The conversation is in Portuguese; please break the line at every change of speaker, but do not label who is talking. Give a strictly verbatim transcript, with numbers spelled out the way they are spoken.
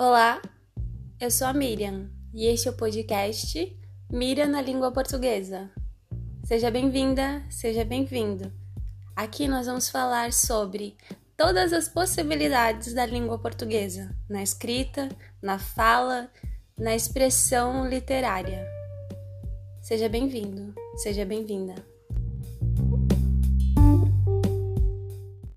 Olá, eu sou a Miriam e este é o podcast Miriam na Língua Portuguesa. Seja bem-vinda, seja bem-vindo. Aqui nós vamos falar sobre todas as possibilidades da língua portuguesa, na escrita, na fala, na expressão literária. Seja bem-vindo, seja bem-vinda.